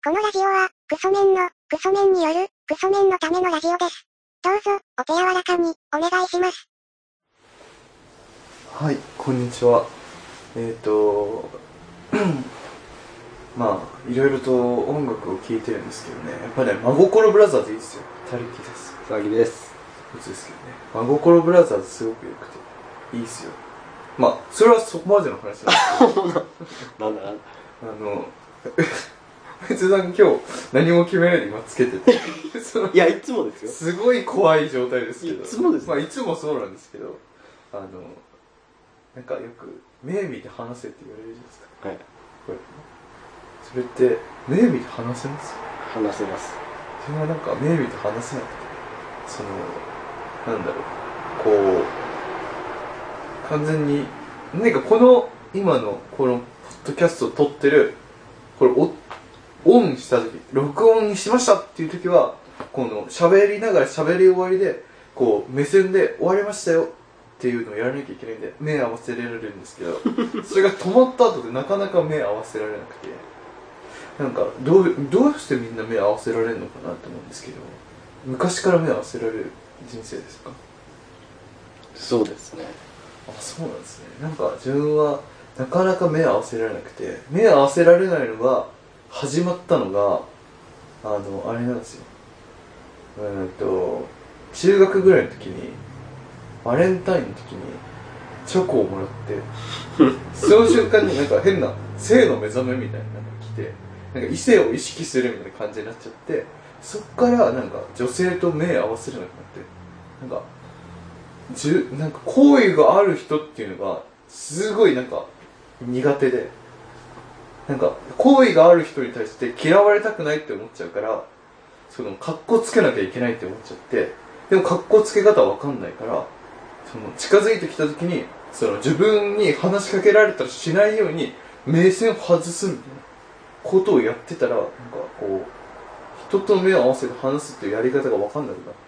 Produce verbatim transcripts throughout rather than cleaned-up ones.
このラジオは、クソメンの、クソメンによる、クソメンのためのラジオです。どうぞ、お手柔らかに、お願いします。 はい、こんにちは。えっ、ー、と、まあ、いろいろと音楽を聴いてるんですけどね、やっぱね、真心ブラザーズいいですよ。たるきです。 さぎです。 そうですけどね、真心ブラザーズすごく良くて、いいですよ。まあ、それはそこまでの話なんですけど。なんだなんだあの、別段今日何も決めないで今つけてていや、いつもですよ。 すごい怖い状態ですけど。 いつもです、ね、 まあいつもそうなんですけど、あの、なんかよく目見て話せって言われるじゃないですか。はい。これそれって目見て話せます？ 話せます。 自分はなんか目見て話せなくて、その、なんだろう、こう、完全に、何かこの、今のこのポッドキャストを撮ってる、これお、オンした時、録音しましたっていう時は、この喋りながら喋り終わりで、こう目線で終わりましたよっていうのをやらなきゃいけないんで、目合わせられるんですけど、それが止まった後でなかなか目合わせられなくて、なんかどう、どうしてみんな目合わせられるのかなと思うんですけど、昔から目合わせられる人生ですか？ そうですね。 あ、そうなんですね。なんか自分はなかなか目合わせられなくて、目合わせられないのが始まったのが、あの、あれなんですよ。うんと、中学ぐらいの時に、バレンタインの時に、チョコをもらって、その瞬間になんか変な性の目覚めみたいなのが来て、なんか異性を意識するみたいな感じになっちゃって、そっからなんか女性と目合わせれなくなって、なんか、じゅなんか好意がある人っていうのが、すごいなんか苦手で、なんか好意がある人に対して嫌われたくないって思っちゃうから、その格好つけなきゃいけないって思っちゃって、でも格好つけ方わかんないから、その近づいてきた時にその自分に話しかけられたらしないように目線を外すみたいなことをやってたら、なんかこう人と目を合わせて話すっていうやり方がわかんなくなって、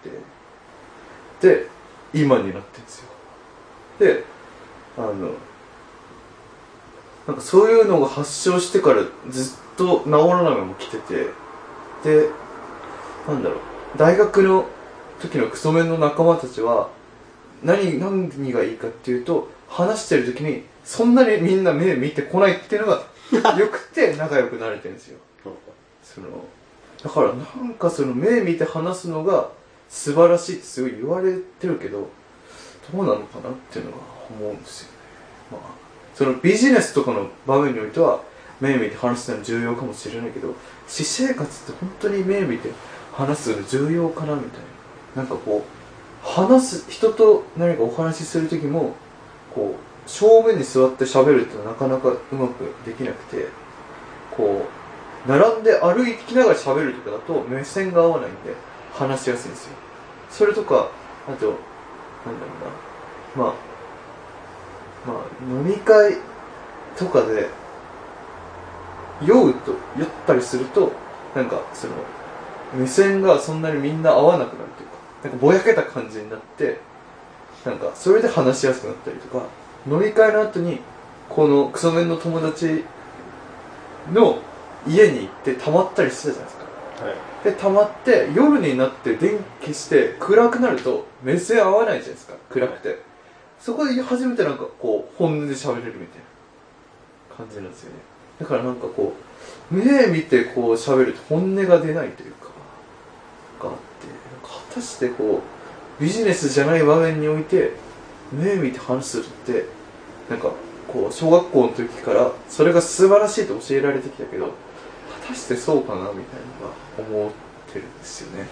で今になってるんですよ。で、あのなんかそういうのが発症してからずっと治らないまま来てて、で、なんだろう、大学の時のクソメンの仲間たちは何、何がいいかっていうと、話してる時にそんなにみんな目見てこないっていうのが良くて仲良くなれてるんですよ。そのだからなんかその目見て話すのが素晴らしいってすごい言われてるけど、どうなのかなっていうのが思うんですよね。まあ、そのビジネスとかの場面においては目見て話すのは重要かもしれないけど、私生活って本当に目見て話すの重要かなみたいな。なんかこう話す、人と何かお話しする時もこう正面に座って喋るってのはなかなかうまくできなくて、こう並んで歩きながら喋るとかだと目線が合わないんで話しやすいんですよ。それとか、あとなんだろうな、まあまあ飲み会とかで酔うと酔ったりすると、なんかその目線がそんなにみんな合わなくなるというか、なんかぼやけた感じになって、なんかそれで話しやすくなったりとか、飲み会の後にこのクソメンの友達の家に行って溜まったりしてたじゃないですか。はい、で溜まって夜になって電気消して暗くなると目線合わないじゃないですか。暗くて、はい、そこで初めてなんかこう本音で喋れるみたいな感じなんですよね。だからなんかこう目見てこう喋ると本音が出ないというかがあって、果たしてこうビジネスじゃない場面において目見て話するってなんかこう小学校の時からそれが素晴らしいと教えられてきたけど、果たしてそうかなみたいなのが思ってるんですよね。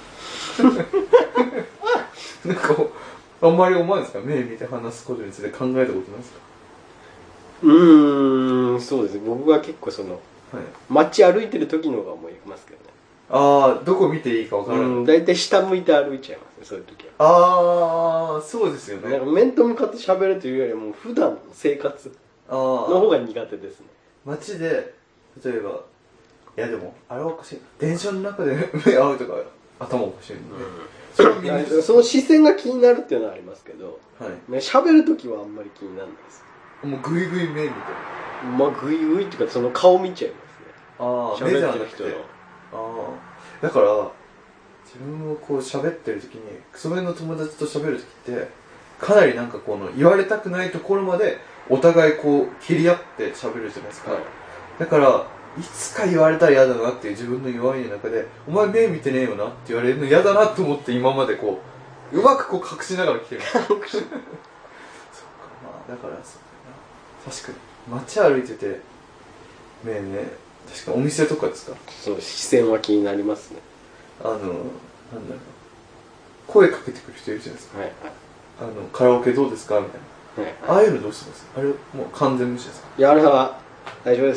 なんかあんまり思わないですか？目見て話すことについて考えたことないですか？ うーん、そうですね。僕は結構その、はい、街歩いてる時の方が思いますけどね。 ああ、どこ見ていいか分からない。 うん、だいたい下向いて歩いちゃいますね、そういう時は。 ああ、そうですよね。 なんか面と向かって喋るというよりも普段の生活の方が苦手ですね。 街で例えば、いやでもあれはおかしいな、電車の中で目合うとか頭おかしいんで、 うん、そ, その視線が気になるっていうのはありますけど、はい、ね、喋る時はあんまり気にならないです。 もうグイグイ目みたいな、 まあグイグイっていうかその顔見ちゃいますね。 ああ、 喋ってる人のああ、だから自分をこう喋ってる時にクソメンの友達と喋る時ってかなりなんかこの言われたくないところまでお互いこう切り合って喋るじゃないですか、はい、だからいつか言われたら嫌だなっていう自分の弱いの中でお前目見てねえよなって言われるの嫌だなと思って今までこううまくこう隠しながら来てるそうか、まあだからそうだな、確かに街歩いててねえねえ、確かお店とかですか？ そう、視線は気になりますね。 あの、なんだろう、声かけてくる人いるじゃないですか。はいはい。あの、カラオケどうですかみたいな。はいはい。ああいうのどうしてます？あれ、もう完全無視ですか？ いや、あれは大丈夫です。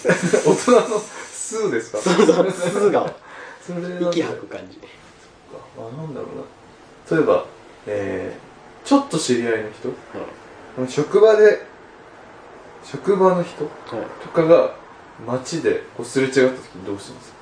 大人のスーですか？ そうそう、スーが。 それ息吐く感じ。 そっか。あ、なんだろうな。例えば、えー、ちょっと知り合いの人、はい、職場で、職場の人、はい、とかが街でこうすれ違った時にどうしてますか？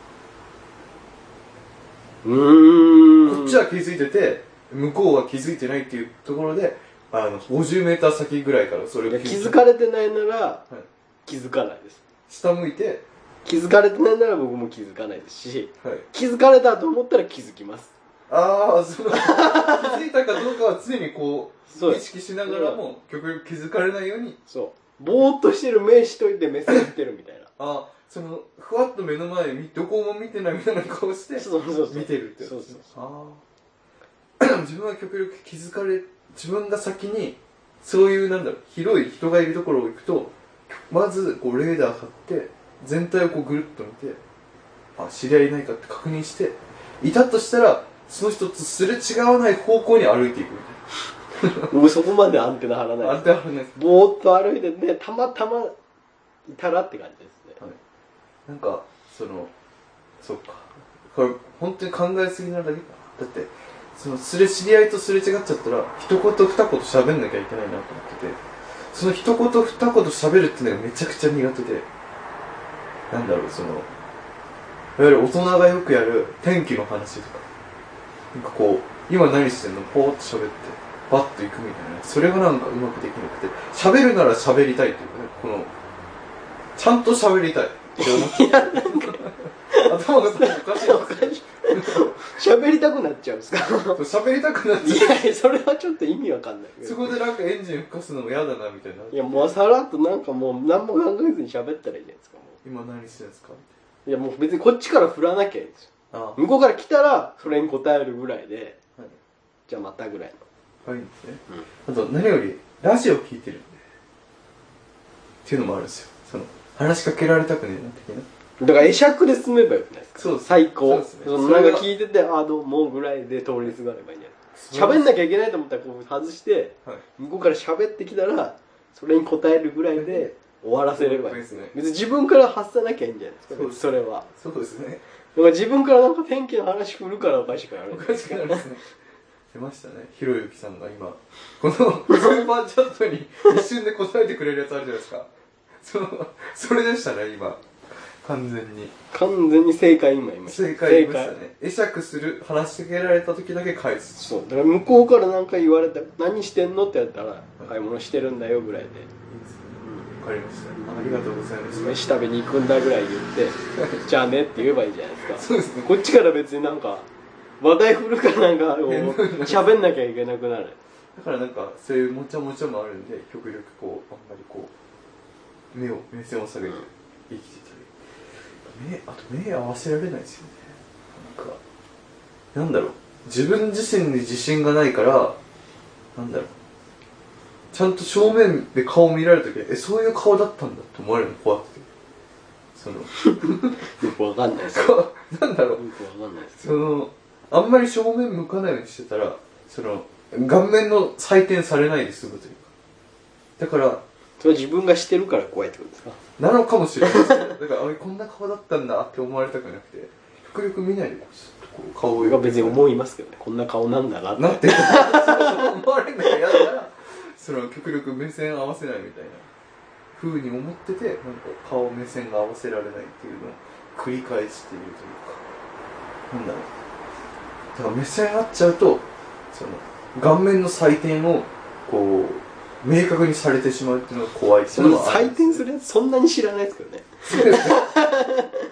うーん、こっちは気づいてて向こうは気づいてないっていうところで、あのごじゅうメーター先ぐらいからそれを気づかれてないなら、はい、気づかないです。 下向いて気づかれてないなら僕も気づかないですし、はい、気づかれたと思ったら気づきます。 ああ、その気づいたかどうかは常にこう意識しながらも極力気づかれないように、 そうぼーっとしてる目しといて目線ってるみたいなああ、そのふわっと目の前にどこも見てないみたいな顔して見てるってやつですね。ああ自分は極力気づかれ、自分が先にそういうなんだろう広い人がいるところを行くとまずこうレーダー張って全体をこうぐるっと見て、あ、知り合いいないかって確認して、いたとしたらその人とすれ違わない方向に歩いていくみたいな僕そこまでアンテナ張らないです。 アンテナ張らないです。 ぼーっと歩いててたまたまいたらって感じですね。はい、 なんかそのそうか、これ本当に考えすぎなだけかな。だってそのすれ知り合いとすれ違っちゃったら一言二言喋んなきゃいけないなと思ってて、その一言二言喋るっていうのがめちゃくちゃ苦手で、なんだろう、そのいわゆる大人がよくやる天気の話とか、なんかこう今何してんのポーッと喋ってバッと行くみたいな、それがなんかうまくできなくて、喋るなら喋りたいっていうかね、このちゃんと喋りたいって思っていやなんか頭がおかしいおかしい喋りたくなっちゃうんですか？ 喋りたくなっちゃう。 いやそれはちょっと意味わかんない。 そこでなんかエンジン吹かすのも嫌だなみたいな。 いやもうさらっとなんかもう何も考えずに喋ったらいいじゃないですか。もう今何してるんですか？ いやもう別にこっちから振らなきゃいいんですよ。ああ、向こうから来たらそれに答えるぐらいで、はい、じゃあまたぐらいの。はい、いいんですね。うん、あと何よりラジオ聞いてるんでっていうのもあるんですよ。その話しかけられたくねえな的な。 だから会釈で済めばよくないですか？そう最高。そうですね。そのなんか聞いてて、あ、どうもぐらいで通りすがればいいんじゃないですか。喋んなきゃいけないと思ったらこう外して、はい、向こうから喋ってきたらそれに答えるぐらいで終わらせればいいですね。別に自分から発さなきゃいいんじゃないですか。そうです、それは。 そうですね。 だから自分からなんか天気の話振るからおかしくなる。 おかしくなるですね。出ましたね。ひろゆきさんが今このスーパーチャットに一瞬で答えてくれるやつあるじゃないですか。そのそれでしたね今。完全に完全に正解今言いました。 正解言いましたね。会釈する、話しかけられた時だけ返す。 そうだから向こうから何か言われた、何してんのってやったら、買い物してるんだよぐらいで。いいですね。 わかりました。ありがとうございます。 飯食べに行くんだぐらい言ってじゃあねって言えばいいじゃないですか。 そうですね。 こっちから別になんか話題振るかなんか喋んなきゃいけなくなる。 だからなんかそういうもちゃもちゃもあるんで、極力こうあんまりこう目を目線を下げて生きてたり。目、あと目合わせられないですよね。なんかなんだろう、自分自身に自信がないから、なんだろう、ちゃんと正面で顔見られるとき、え、そういう顔だったんだって思われるの怖くて、そのよくわかんないですなんだろう、よくわかんないです。 そのあんまり正面向かないようにしてたら、その顔面の採点されないで済むというか、だからそれは自分がしてるから怖いってことですか？ なのかもしれないですね。だからあれこんな顔だったんだって思われたくなくて、極力見ないでこう顔をが別に思いますけどね、こんな顔なんだなってなってそう思われるのが嫌だから、その極力目線合わせないみたいな風に思ってて、なんか顔目線が合わせられないっていうのを繰り返しているというか、なんだろう、だから目線合っちゃうとその顔面の採点をこう明確にされてしまうっていうのが怖い。 その採点するやつそんなに知らないですけどね。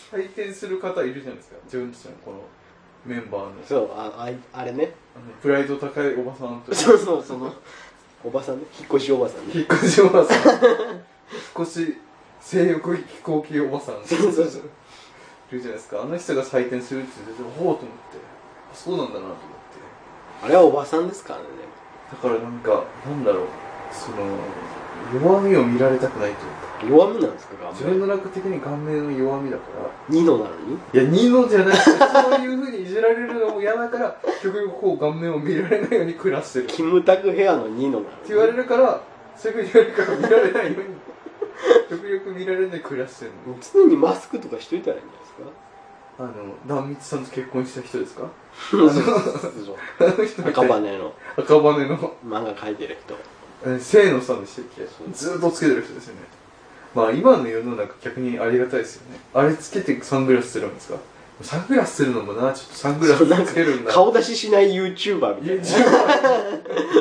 採点する方いるじゃないですか、自分たちのこのメンバーの。 そうああいあれね、 あのプライド高いおばさんとそうそうそのおばさんね、引っ越しおばさんね、 引っ越しおばさん引っ越し性欲飛行機おばさんそうそうそういるじゃないですか。あの人が採点するって言ってほうと思って、あそうなんだなと思って。 あれはおばさんですからね。 だからなんかなんだろう、その弱みを見られたくないというか。 弱みなんですか、顔面。 自分の中的に顔面の弱みだからニノなのに、 いやニノじゃなくてそういう風にいじられるのも嫌だから極力こう顔面を見られないように暮らしてるってキムタクヘアのニノなのに言われるから、そういう風に言われるから見られないように極力見られないで暮らしてるの。 常にマスクとかしといたらいいんじゃないですか。 あの壇蜜さんと結婚した人ですか？ あの人赤羽の赤羽の漫画描いてる人、 え清野さんでしたっけ？ずーっとつけてる人ですよね。まあ今の世の中逆にありがたいですよね。あれつけてサングラスするんですか？サングラスするのもな、ちょっとサングラスつけるんだ。 顔出ししない YouTuber みたいな。 そうだよな、だからな、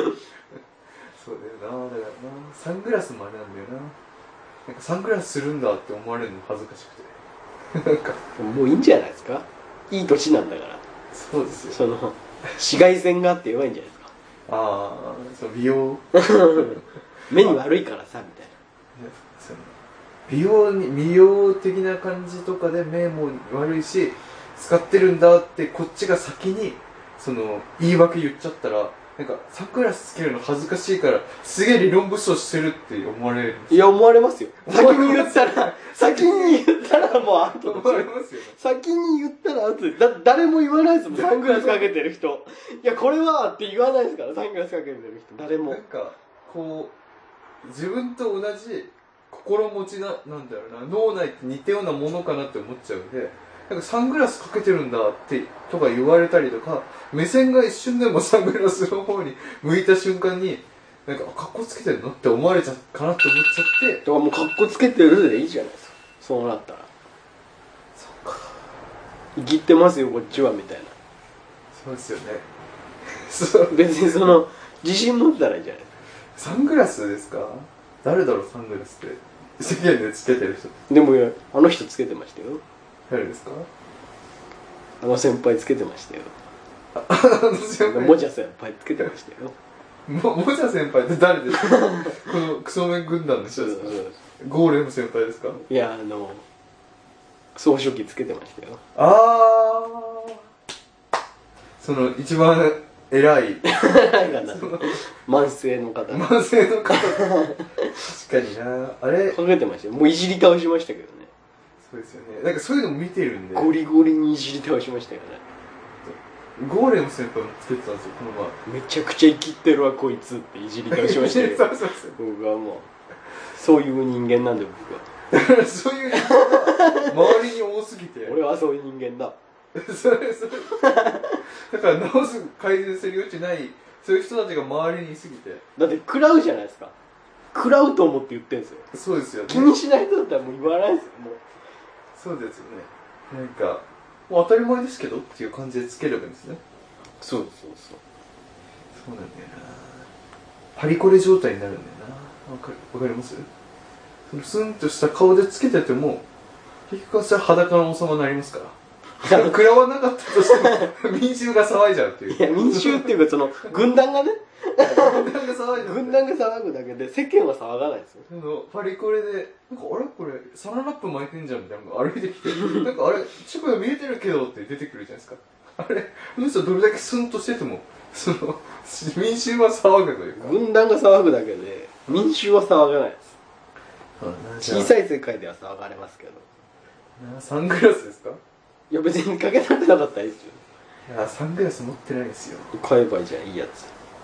サングラスもあれなんだよな。なんかサングラスするんだって思われるの恥ずかしくて。なんかもういいんじゃないですか。いい年なんだから。 そうですよ。 その紫外線があって弱いんじゃないですか。 ああ、そう美容目に悪いからさみたいな。 その美容に美容的な感じとかで目も悪いし使ってるんだってこっちが先にその言い訳言っちゃったら、なんかサングラスつけるの恥ずかしいからすげえ理論武装してるって思われるんですよ。 いや思われますよ。先に言ったら先に言ったらもうアウト。 思われますよね。 先に言ったらアウトで、だ誰も言わないですもん。サングラスかけてる人、いやこれはって言わないですから。サングラスかけてる人誰も。 なんかこう自分と同じ心持ちな、なんだろうな、脳内って似たようなものかなって思っちゃうんで、なんかサングラスかけてるんだってとか言われたりとか、目線が一瞬でもサングラスの方に向いた瞬間になんかかっこつけてるのって思われちゃうかなって思っちゃって、 だからもうかっこつけてるでいいじゃないですか。そうなったらそっか、 生きってますよこっちはみたいな。 そうですよね。そう別にその自信持ったらいいじゃないですか。 サングラスですか？誰だろうサングラスって世間でつけてる人。 でもあの人つけてましたよ。 誰ですか？ あの先輩つけてましたよ。 あの先輩、 もじゃ先輩つけてましたよ。 ももじゃ先輩って誰ですか？このクソメン軍団の人ですか？ゴーレム先輩ですか？ いやあの総書記つけてましたよ。 ああ、その一番偉い慢性の方慢性の方確かにな、あれかけてましたよ。もういじり倒しましたけどね。 そうですよね。なんかそういうのも見てるんでゴリゴリにいじり倒しましたよね。 ゴーレム先輩もつけてたんですよこの前。 めちゃくちゃ生きってるわこいつっていじり倒しましたよ。 そうそうそう、 僕はもうそういう人間なんで僕は。 だからそういう人が周りに多すぎて俺はそういう人間だ。 それそれだから直す改善する余地ないそういう人たちが周りにいすぎて。 だって食らうじゃないですか。食らうと思って言ってんすよ。 そうですよね。 気にしない人だったらもう言わないですよ。もうそうですよね。なんかもう当たり前ですけどっていう感じでつければいいんですね。 そうそうそうそうなんだよな。パリコレ状態になるんだよな。わかる、わかります？そのスンとした顔でつけてても結局はそれ裸の王様になりますから。食らわなかったとしても民衆が騒いじゃうっていう。 いや民衆っていうかその軍団がね軍団が騒いじゃう。 軍団が騒ぐだけで世間は騒がないですよ。 あのパリコレでなんかあれこれサランラップ巻いてんじゃんみたいなのが歩いてきてなんかあれチコが見えてるけどって出てくるじゃないですか。あれあの人どれだけスンとしててもその民衆は騒ぐというか。 軍団が騒ぐだけで民衆は騒がないです。小さい世界では騒がれますけど。 サングラスですか？ いや別にかけたくなかったらいいですよ。 いやサングラス持ってないんですよ。 買えばいいじゃんいいやつ。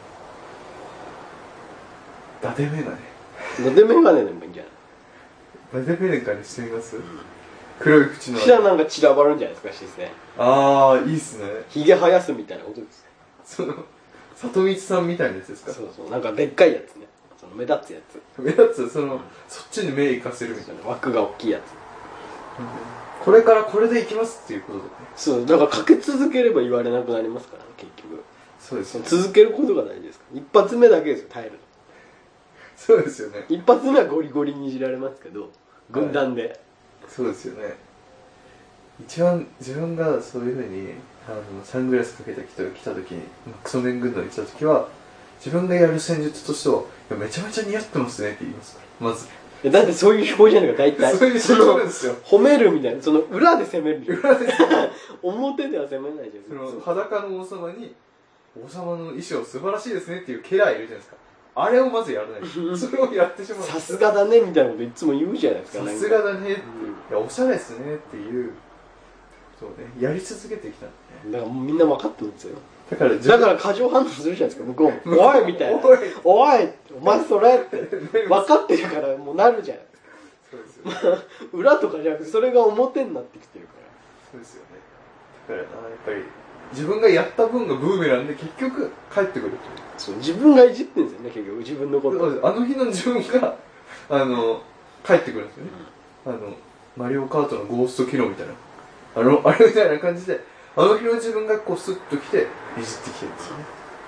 伊達メガネ。 伊達メガネでもいいんじゃない？ 伊達メガネしてみます？うん、黒い口の。 そしたらなんか散らばるんじゃないですか視線。 ああいいっすね。 ひげ生やすみたいなことです。 その里光さんみたいなやつですか？ そうそうなんかでっかいやつね。その目立つやつ。 目立つその、うん、そっちに目行かせるみたいな。 枠が大きいやつ。 うん、これからこれでいきますっていうことでね。 そうだからかけ続ければ言われなくなりますからね結局。 そうです、ね、 続けることが大事ですから。一発目だけですよ耐えるの。 そうですよね。 一発目はゴリゴリにいじられますけど軍団で、はい、 そうですよね。 一番自分がそういうふうにあのサングラスかけた人が来た時にクソメン軍団に来た時は自分がやる戦術としては、いやめちゃめちゃ似合ってますねって言いますからまず。 いやだってそういう表じゃないか大体。 そういう表なんですよ。 褒めるみたいな、その裏で攻める。 裏で攻める。 表では攻めないじゃん。 その裸の王様に王様の衣装素晴らしいですねっていう家来いるじゃないですか。あれをまずやらない。それをやってしまう。 さすがだねみたいなこといつも言うじゃないですか。 さすがだねって、うん、いやおしゃれですねっていうそうねやり続けてきたんで、ね、 だからみんな分かってるんですよ。だからだから過剰反応するじゃないですか向こうも。おいみたいな。おいおいお前それって分かってるからもうなるじゃん。そうですよ、ね、裏とかじゃなくてそれが表になってきてるから。 そうですよね。だからなやっぱり自分がやった分がブーメランで結局返ってくるという。 そう自分がいじってるんですよね結局自分のこと。 あの日の自分があの返ってくるんですよね、うん、あのマリオカートのゴーストキロみたいなあのあれみたいな感じであの日の自分がこうスッと来ていじってきてるんですよね。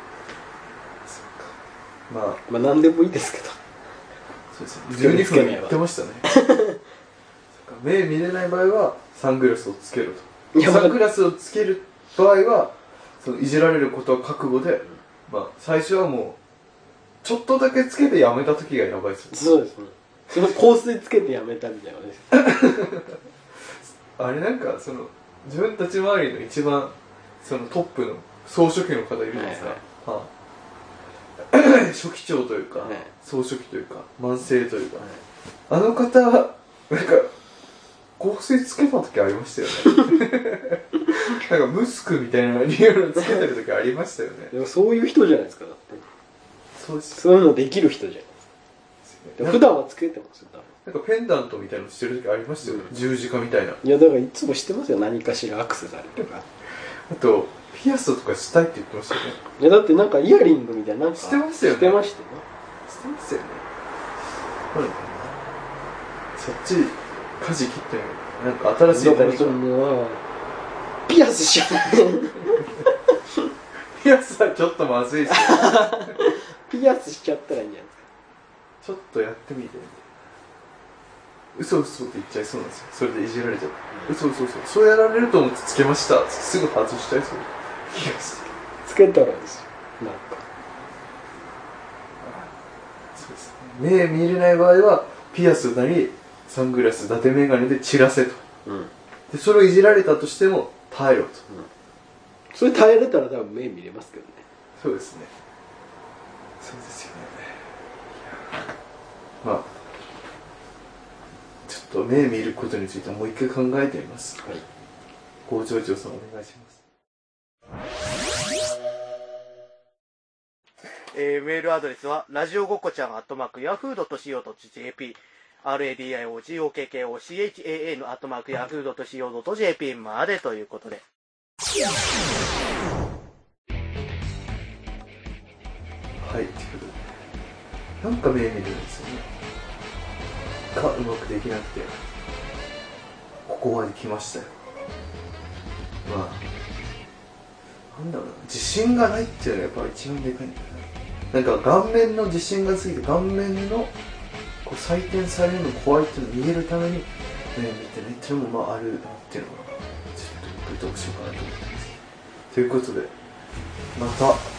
そうかまあまあ何でもいいですけど。 そうですね。じゅうにふん言ってましたね。目見れない場合はサングラスをつけろと。サングラスをつける場合はそのいじられることは覚悟で、まあ最初はもうちょっとだけつけてやめた時がやばいですよ。 そうですね。その香水つけてやめたみたいなです。 あれなんかその自分たち周りの一番そのトップの総書記の方いるじゃないですか。はいはい、初期長というか、はい、総書記というか慢性というか、はい、あの方なんか香水つけた時ありましたよね。なんかムスクみたいなリアルつけてる時ありましたよね。 でもそういう人じゃないですかだって。 そうです。 そういうのできる人じゃないですか。普段はつけてますよ。 なんかペンダントみたいなのしてる時ありましたよね、うん、十字架みたいな。 いやだからいつもしてますよ何かしらアクセサリーとか。 あとピアスとかしたいって言ってましたよね。 いやだってなんかイヤリングみたいななんかしてましたよね。 してましたよね。 してますよね。ほらそっち舵切ってなんか新しい何か。だからそのピアスしちゃう。 ピアスはちょっとまずいですよ。 ピアスしちゃったらいいんじゃないですか。 ちょっとやってみてみて。嘘嘘って言っちゃいそうなんですよ。それでいじられちゃう。うん、嘘嘘嘘。そうやられると思ってつけました。すぐ外しちゃいそう。 つけたらですよ。なんか。 そうですね。目見れない場合はピアスなりサングラス、伊達メガネで散らせと。うん、でそれをいじられたとしても耐えろと。うん、 それ耐えれたら多分目見れますけどね。 そうですね。そうですよね。まあちょっと目見ることについてもう一回考えてみます。はい。工場長さんお願いします。 えー、メールアドレスはラジオごっこちゃんアットマークヤフードとシーオードットジェーピー ラディオゴッコちゃんアットマークヤフードとシーオードットジェーピー までということで。 はい、ということでなんか目見るんですよね。がうまくできなくてここまで来ましたよ。まあなんだろうな、自信がないっていうのがやっぱり一番でかいんだよな。なんか顔面の自信がついて顔面のこう採点されるの怖いっていうのを逃げるために目見てないっていうのもまああるなっていうのがちょっとどうしようかなと思ってます。ということでまた